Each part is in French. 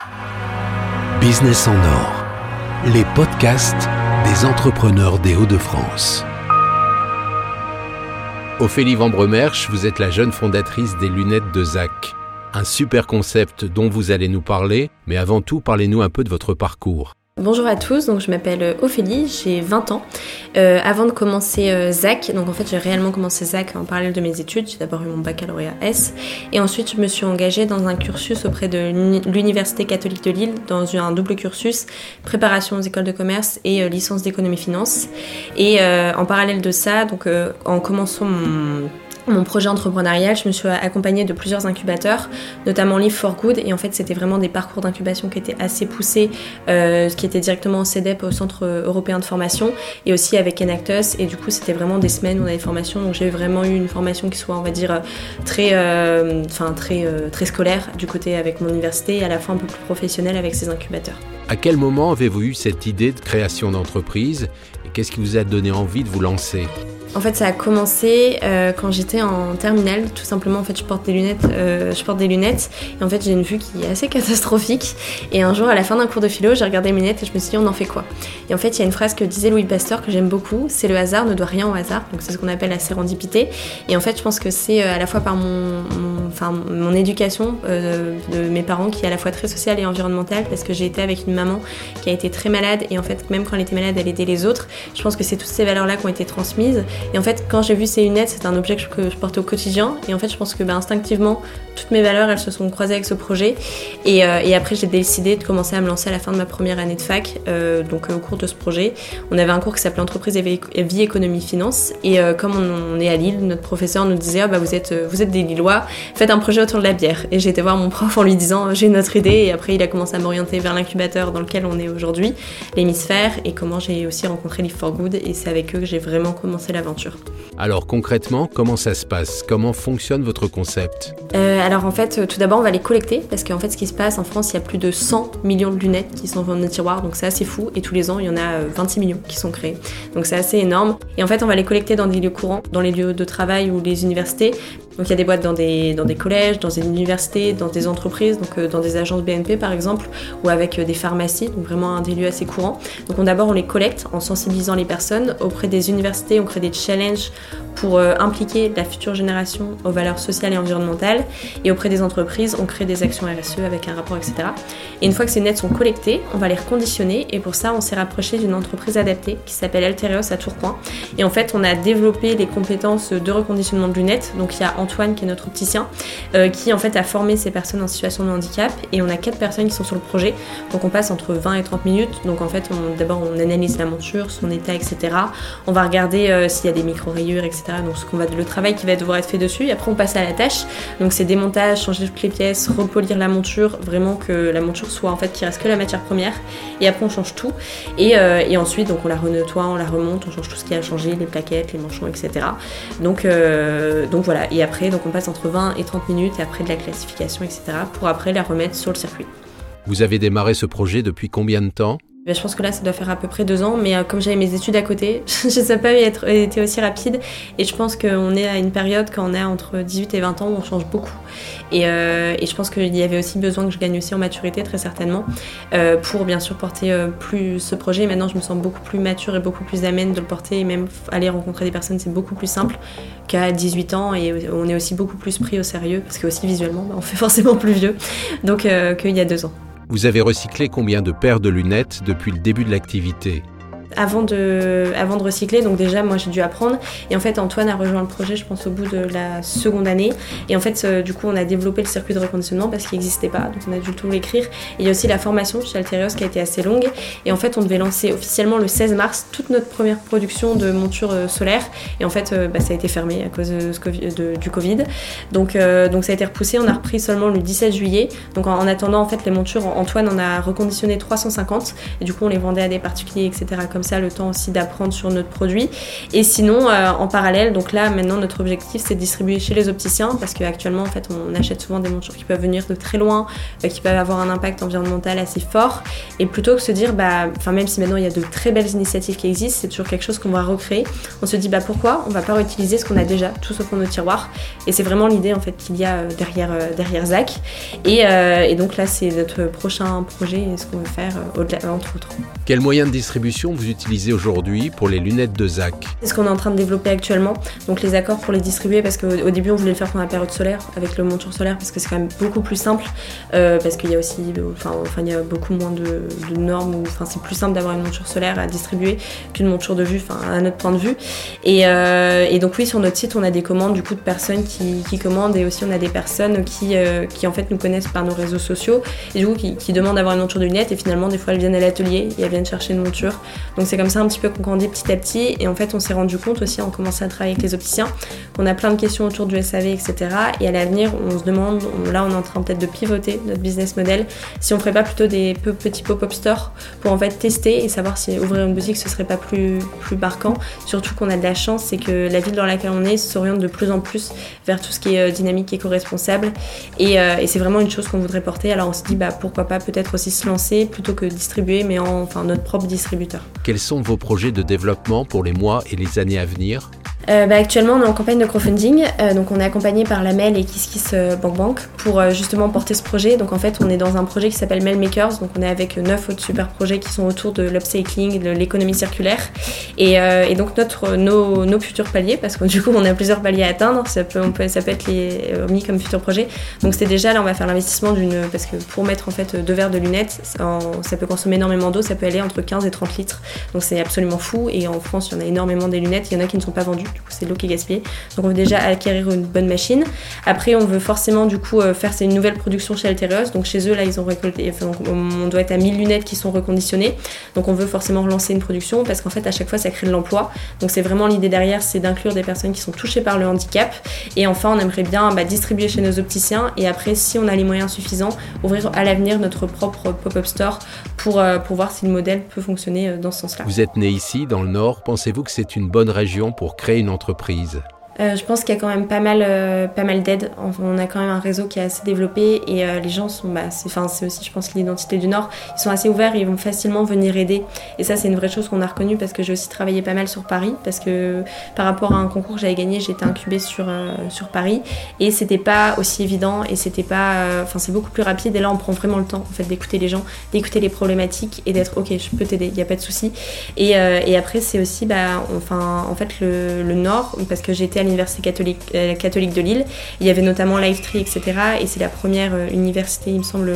Business en or, les podcasts des entrepreneurs des Hauts-de-France. Ophélie Van Bremersch, vous êtes la jeune fondatrice des lunettes de Zach. Un super concept dont vous allez nous parler, mais avant tout, parlez-nous un peu de votre parcours. Bonjour à tous, donc je m'appelle Ophélie, j'ai 20 ans. Avant de commencer Zach, donc en fait j'ai réellement commencé Zach en parallèle de mes études, j'ai d'abord eu mon baccalauréat S, et ensuite je me suis engagée dans un cursus auprès de l'Université catholique de Lille, dans un double cursus, préparation aux écoles de commerce et licence d'économie-finance. Et en parallèle de ça, donc en commençant mon projet entrepreneurial, je me suis accompagnée de plusieurs incubateurs, notamment Live for Good, et en fait c'était vraiment des parcours d'incubation qui étaient assez poussés, qui étaient directement au CEDEP, au Centre Européen de Formation, et aussi avec Enactus, et du coup c'était vraiment des semaines où on avait des formations, donc j'ai vraiment eu une formation qui soit, on va dire, très scolaire du côté avec mon université, et à la fois un peu plus professionnelle avec ces incubateurs. À quel moment avez-vous eu cette idée de création d'entreprise, et qu'est-ce qui vous a donné envie de vous lancer ? En fait, ça a commencé quand j'étais en terminale. Tout simplement, en fait, je porte des lunettes. Et en fait, j'ai une vue qui est assez catastrophique. Et un jour, à la fin d'un cours de philo, j'ai regardé mes lunettes et je me suis dit, on en fait quoi ? Et en fait, il y a une phrase que disait Louis Pasteur que j'aime beaucoup. C'est le hasard ne doit rien au hasard. Donc, c'est ce qu'on appelle la sérendipité. Et en fait, je pense que c'est à la fois par mon éducation de mes parents qui est à la fois très sociale et environnementale, parce que j'ai été avec une maman qui a été très malade. Et en fait, même quand elle était malade, elle aidait les autres. Je pense que c'est toutes ces valeurs-là qui ont été transmises. Et en fait, quand j'ai vu ces lunettes, c'était un objet que je portais au quotidien. Et en fait, je pense que instinctivement, toutes mes valeurs, elles se sont croisées avec ce projet. Et après, j'ai décidé de commencer à me lancer à la fin de ma première année de fac. Au cours de ce projet, on avait un cours qui s'appelait Entreprise et vie, économie, finance. Et comme on est à Lille, notre professeur nous disait vous êtes des Lillois, faites un projet autour de la bière. Et j'ai été voir mon prof en lui disant j'ai une autre idée. Et après, il a commencé à m'orienter vers l'incubateur dans lequel on est aujourd'hui, l'hémisphère, et comment j'ai aussi rencontré Live for Good. Et c'est avec eux que j'ai vraiment commencé l'aventure. Alors concrètement, comment ça se passe ? Comment fonctionne votre concept ? Alors en fait, tout d'abord on va les collecter, parce qu'en fait ce qui se passe en France, il y a plus de 100 millions de lunettes qui sont dans nos tiroirs, donc c'est assez fou, et tous les ans il y en a 26 millions qui sont créés, donc c'est assez énorme. Et en fait on va les collecter dans des lieux courants, dans les lieux de travail ou les universités. Donc il y a des boîtes dans des collèges, dans des universités, dans des entreprises, donc dans des agences BNP par exemple, ou avec des pharmacies, donc vraiment des lieux assez courants. Donc d'abord on les collecte en sensibilisant les personnes. Auprès des universités, on crée des challenges pour impliquer la future génération aux valeurs sociales et environnementales. Et auprès des entreprises, on crée des actions RSE avec un rapport, etc. Et une fois que ces lunettes sont collectées, on va les reconditionner. Et pour ça, on s'est rapproché d'une entreprise adaptée qui s'appelle Alterios à Tourcoing. Et en fait, on a développé les compétences de reconditionnement de lunettes. Donc il y a Antoine qui est notre opticien, qui en fait a formé ces personnes en situation de handicap. Et on a 4 personnes qui sont sur le projet. Donc on passe entre 20 et 30 minutes. Donc en fait, d'abord on analyse la monture, son état, etc. On va regarder s'il y a des micro-rayures, etc. Donc le travail qui va devoir être fait dessus. Et après on passe à la tâche. Donc c'est démontage, changer toutes les pièces, repolir la monture, vraiment que la monture soit en fait qu'il reste que la matière première. Et après on change tout. Et ensuite donc on la renettoie, on la remonte, on change tout ce qui a changé, les plaquettes, les manchons, etc. Donc voilà. Et après donc on passe entre 20 et 30 minutes et après de la classification, etc. pour après la remettre sur le circuit. Vous avez démarré ce projet depuis combien de temps ? Je pense que là, ça doit faire à peu près 2 ans, mais comme j'avais mes études à côté, je ne sais pas été aussi rapide. Et je pense qu'on est à une période, quand on est entre 18 et 20 ans, où on change beaucoup. Et je pense qu'il y avait aussi besoin que je gagne aussi en maturité, très certainement, pour bien sûr porter plus ce projet. Et maintenant, je me sens beaucoup plus mature et beaucoup plus amène de le porter. Et même aller rencontrer des personnes, c'est beaucoup plus simple qu'à 18 ans. Et on est aussi beaucoup plus pris au sérieux, parce que aussi visuellement, on fait forcément plus vieux, donc qu'il y a 2 ans. Vous avez recyclé combien de paires de lunettes depuis le début de l'activité ? Avant de recycler, donc déjà moi j'ai dû apprendre, et en fait Antoine a rejoint le projet je pense au bout de la seconde année, et en fait du coup on a développé le circuit de reconditionnement parce qu'il n'existait pas, donc on a dû tout l'écrire. Et il y a aussi la formation chez Alterios qui a été assez longue, et en fait on devait lancer officiellement le 16 mars toute notre première production de montures solaires, et en fait ça a été fermé à cause du Covid, donc ça a été repoussé. On a repris seulement le 17 juillet, donc en attendant en fait les montures, Antoine en a reconditionné 350, et du coup on les vendait à des particuliers, etc. comme comme ça le temps aussi d'apprendre sur notre produit. Et sinon, en parallèle, donc là maintenant notre objectif c'est de distribuer chez les opticiens parce qu'actuellement en fait on achète souvent des montures qui peuvent venir de très loin, qui peuvent avoir un impact environnemental assez fort. Et plutôt que se dire, même si maintenant il y a de très belles initiatives qui existent, c'est toujours quelque chose qu'on va recréer. On se dit pourquoi on va pas réutiliser ce qu'on a déjà tous au fond de nos tiroirs. Et c'est vraiment l'idée en fait qu'il y a derrière Zac. Et donc là c'est notre prochain projet et ce qu'on veut faire entre autres. Quels moyens de distribution vous utilisez aujourd'hui pour les lunettes de Zac ? C'est ce qu'on est en train de développer actuellement. Donc les accords pour les distribuer parce qu'au début on voulait le faire pendant la période solaire avec le monture solaire parce que c'est quand même beaucoup plus simple parce qu'il y a aussi il y a beaucoup moins de normes c'est plus simple d'avoir une monture solaire à distribuer qu'une monture de vue à notre point de vue et donc oui sur notre site on a des commandes du coup de personnes qui commandent et aussi on a des personnes qui en fait nous connaissent par nos réseaux sociaux et du coup qui demandent d'avoir une monture de lunettes et finalement des fois elles viennent à l'atelier et elles viennent chercher une monture donc c'est comme ça un petit peu qu'on grandit petit à petit et en fait on s'est rendu compte aussi en commençant à travailler avec les opticiens qu'on a plein de questions autour du SAV etc et à l'avenir on se demande là on est en train peut-être de pivoter notre business model si on ferait pas plutôt des petits pop-up stores pour en fait tester et savoir si ouvrir une boutique ce serait pas plus marquant surtout qu'on a de la chance c'est que la ville dans laquelle on est s'oriente de plus en plus vers tout ce qui est dynamique éco-responsable et c'est vraiment une chose qu'on voudrait porter alors on se dit pourquoi pas peut-être aussi se lancer plutôt que distribuer mais notre propre distributeur. Quels sont vos projets de développement pour les mois et les années à venir ? Actuellement on est en campagne de crowdfunding donc on est accompagné par la Mel et KissKissBankBank pour justement porter ce projet donc en fait on est dans un projet qui s'appelle Mel Makers donc on est avec 9 autres super projets qui sont autour de l'upcycling, de l'économie circulaire et donc nos futurs paliers parce que du coup on a plusieurs paliers à atteindre ça peut être mis comme futurs projets donc c'est déjà là on va faire l'investissement parce que pour mettre en fait 2 verres de lunettes ça peut consommer énormément d'eau ça peut aller entre 15 et 30 litres donc c'est absolument fou et en France il y en a énormément des lunettes il y en a qui ne sont pas vendues du coup c'est de l'eau qui est gaspillée donc on veut déjà acquérir une bonne machine après on veut forcément du coup faire une nouvelle production chez Alterios donc chez eux là ils ont récolté on doit être à 1000 lunettes qui sont reconditionnées donc on veut forcément relancer une production parce qu'en fait à chaque fois ça crée de l'emploi donc c'est vraiment l'idée derrière c'est d'inclure des personnes qui sont touchées par le handicap et enfin on aimerait bien distribuer chez nos opticiens et après si on a les moyens suffisants ouvrir à l'avenir notre propre pop-up store pour voir si le modèle peut fonctionner dans ce sens-là. Vous êtes né ici dans le Nord, pensez-vous que c'est une bonne région pour créer une entreprise ? Je pense qu'il y a quand même pas mal d'aides. On a quand même un réseau qui est assez développé et les gens sont, c'est aussi je pense l'identité du Nord. Ils sont assez ouverts et ils vont facilement venir aider. Et ça c'est une vraie chose qu'on a reconnue parce que j'ai aussi travaillé pas mal sur Paris parce que par rapport à un concours que j'avais gagné, j'ai été incubée sur Paris et c'était pas aussi évident et c'était pas, c'est beaucoup plus rapide et là on prend vraiment le temps en fait d'écouter les gens, d'écouter les problématiques et d'être ok je peux t'aider, il y a pas de souci. Et après c'est aussi en fait le Nord parce que j'ai été à l'université catholique de Lille. Il y avait notamment Livetree, etc. Et c'est la première université, il me semble,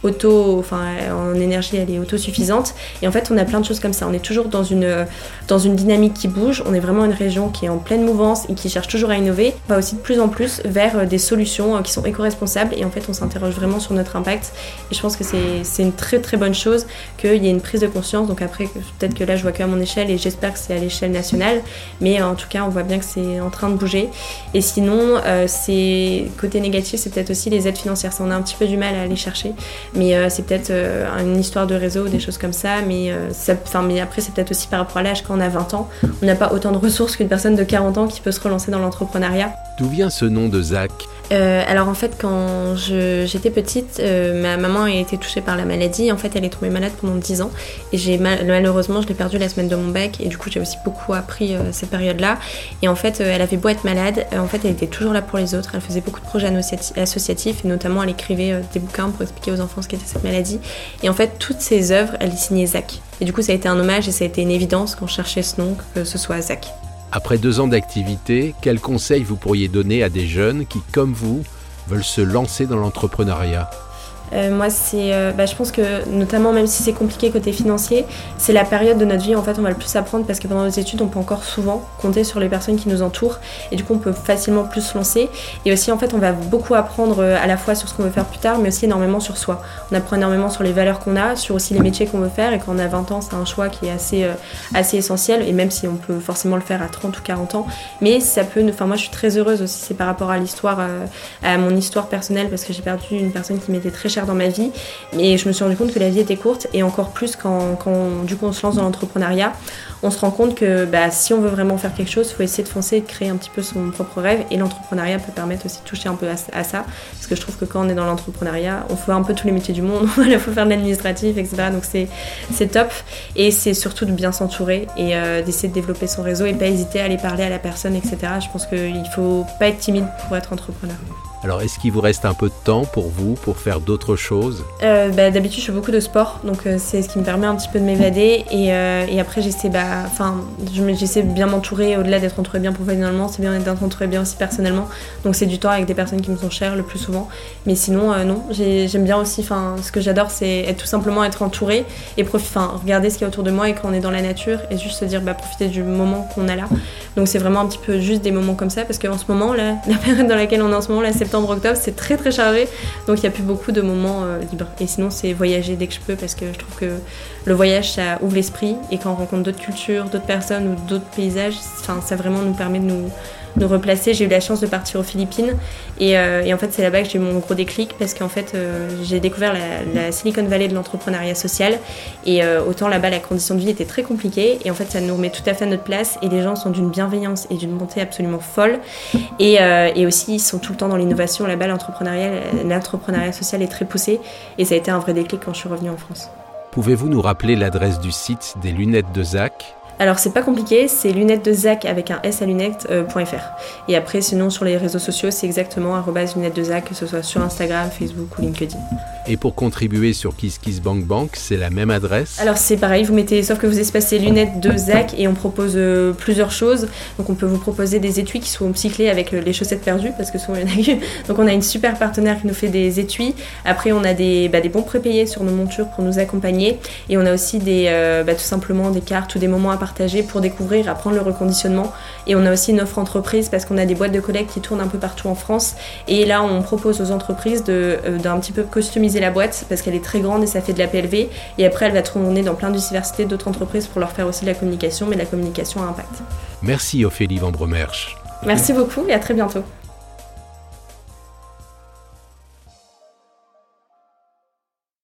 en énergie, elle est autosuffisante. Et en fait, on a plein de choses comme ça. On est toujours dans une dynamique qui bouge. On est vraiment une région qui est en pleine mouvance et qui cherche toujours à innover. On va aussi de plus en plus vers des solutions qui sont éco-responsables. Et en fait, on s'interroge vraiment sur notre impact. Et je pense que c'est une très très bonne chose qu'il y ait une prise de conscience. Donc après, peut-être que là, je vois qu'à mon échelle et j'espère que c'est à l'échelle nationale. Mais en tout cas, on voit bien que c'est en train de bouger. Et sinon, côté négatif, c'est peut-être aussi les aides financières. Ça, on a un petit peu du mal à aller chercher, mais c'est peut-être une histoire de réseau, des choses comme ça. Mais après, c'est peut-être aussi par rapport à l'âge. Quand on a 20 ans, on n'a pas autant de ressources qu'une personne de 40 ans qui peut se relancer dans l'entrepreneuriat. D'où vient ce nom de Zac ? Alors en fait quand j'étais petite, ma maman a été touchée par la maladie. En fait elle est tombée malade pendant 10 ans et malheureusement je l'ai perdue la semaine de mon bac et du coup j'ai aussi beaucoup appris cette période-là. Et en fait elle avait beau être malade, en fait elle était toujours là pour les autres. Elle faisait beaucoup de projets associatifs et notamment elle écrivait des bouquins pour expliquer aux enfants ce qu'était cette maladie. Et en fait toutes ses œuvres elle y signait Zac. Et du coup ça a été un hommage et ça a été une évidence quand je cherchais ce nom que ce soit Zac. Après 2 ans d'activité, quels conseils vous pourriez donner à des jeunes qui, comme vous, veulent se lancer dans l'entrepreneuriat ? Moi, je pense que, notamment, même si c'est compliqué côté financier, c'est la période de notre vie, en fait, on va le plus apprendre parce que pendant nos études, on peut encore souvent compter sur les personnes qui nous entourent et du coup, on peut facilement plus se lancer. Et aussi, en fait, on va beaucoup apprendre à la fois sur ce qu'on veut faire plus tard, mais aussi énormément sur soi. On apprend énormément sur les valeurs qu'on a, sur aussi les métiers qu'on veut faire et quand on a 20 ans, c'est un choix qui est assez essentiel et même si on peut forcément le faire à 30 ou 40 ans, mais ça peut, moi, je suis très heureuse aussi, c'est par rapport à l'histoire, à mon histoire personnelle parce que j'ai perdu une personne qui m'était très chère cher dans ma vie, mais je me suis rendu compte que la vie était courte, et encore plus quand du coup on se lance dans l'entrepreneuriat, on se rend compte que si on veut vraiment faire quelque chose, il faut essayer de foncer et de créer un petit peu son propre rêve, et l'entrepreneuriat peut permettre aussi de toucher un peu à ça, parce que je trouve que quand on est dans l'entrepreneuriat, on fait un peu tous les métiers du monde, il faut faire de l'administratif, etc. Donc c'est top, et c'est surtout de bien s'entourer et d'essayer de développer son réseau et pas hésiter à aller parler à la personne, etc. Je pense qu'il faut pas être timide pour être entrepreneur. Alors, est-ce qu'il vous reste un peu de temps pour vous, pour faire d'autres choses ? D'habitude, je fais beaucoup de sport, donc c'est ce qui me permet un petit peu de m'évader. Et après, j'essaie de bien m'entourer, au-delà d'être entourée bien professionnellement, c'est bien d'être entourée bien aussi personnellement. Donc c'est du temps avec des personnes qui me sont chères le plus souvent. Mais sinon, non, j'aime bien aussi, ce que j'adore, c'est tout simplement être entourée et regarder ce qu'il y a autour de moi, et quand on est dans la nature, et juste se dire, profiter du moment qu'on a là. Donc c'est vraiment un petit peu juste des moments comme ça, parce qu'en ce moment, là, la période dans laquelle on est en ce moment, là, septembre-octobre, c'est très très chargé, donc il n'y a plus beaucoup de moments libres. Et sinon, c'est voyager dès que je peux, parce que je trouve que le voyage, ça ouvre l'esprit, et quand on rencontre d'autres cultures, d'autres personnes ou d'autres paysages, ça vraiment nous permet de nous replacer. J'ai eu la chance de partir aux Philippines, et en fait c'est là-bas que j'ai eu mon gros déclic, parce qu'en fait j'ai découvert la Silicon Valley de l'entrepreneuriat social, et autant là-bas la condition de vie était très compliquée, et en fait ça nous remet tout à fait à notre place, et les gens sont d'une bienveillance et d'une bonté absolument folle, et aussi ils sont tout le temps dans l'innovation. Là-bas l'entrepreneuriat social est très poussé, et ça a été un vrai déclic quand je suis revenue en France. Pouvez-vous nous rappeler l'adresse du site des lunettes de Zach ? Alors c'est pas compliqué, c'est lunettesdezac avec un s à lunettes.fr. Et après sinon sur les réseaux sociaux c'est exactement @lunettesdezac, que ce soit sur Instagram, Facebook ou LinkedIn. Et pour contribuer sur KissKissBankBank, c'est la même adresse ? Alors c'est pareil, vous mettez, sauf que vous espacez lunettes de Zach, et on propose plusieurs choses. Donc on peut vous proposer des étuis qui sont cyclés avec les chaussettes perdues, parce que souvent il y en a eu. Donc on a une super partenaire qui nous fait des étuis. Après on a des bons prépayés sur nos montures pour nous accompagner, et on a aussi tout simplement des cartes ou des moments à partager pour découvrir, apprendre le reconditionnement. Et on a aussi une offre entreprise, parce qu'on a des boîtes de collecte qui tournent un peu partout en France, et là on propose aux entreprises d'un petit peu customiser la boîte, parce qu'elle est très grande et ça fait de la PLV, et après elle va tourner dans plein d'universités, d'autres entreprises, pour leur faire aussi de la communication, mais de la communication à impact. Merci Ophélie Vambremersch. Merci beaucoup, et à très bientôt.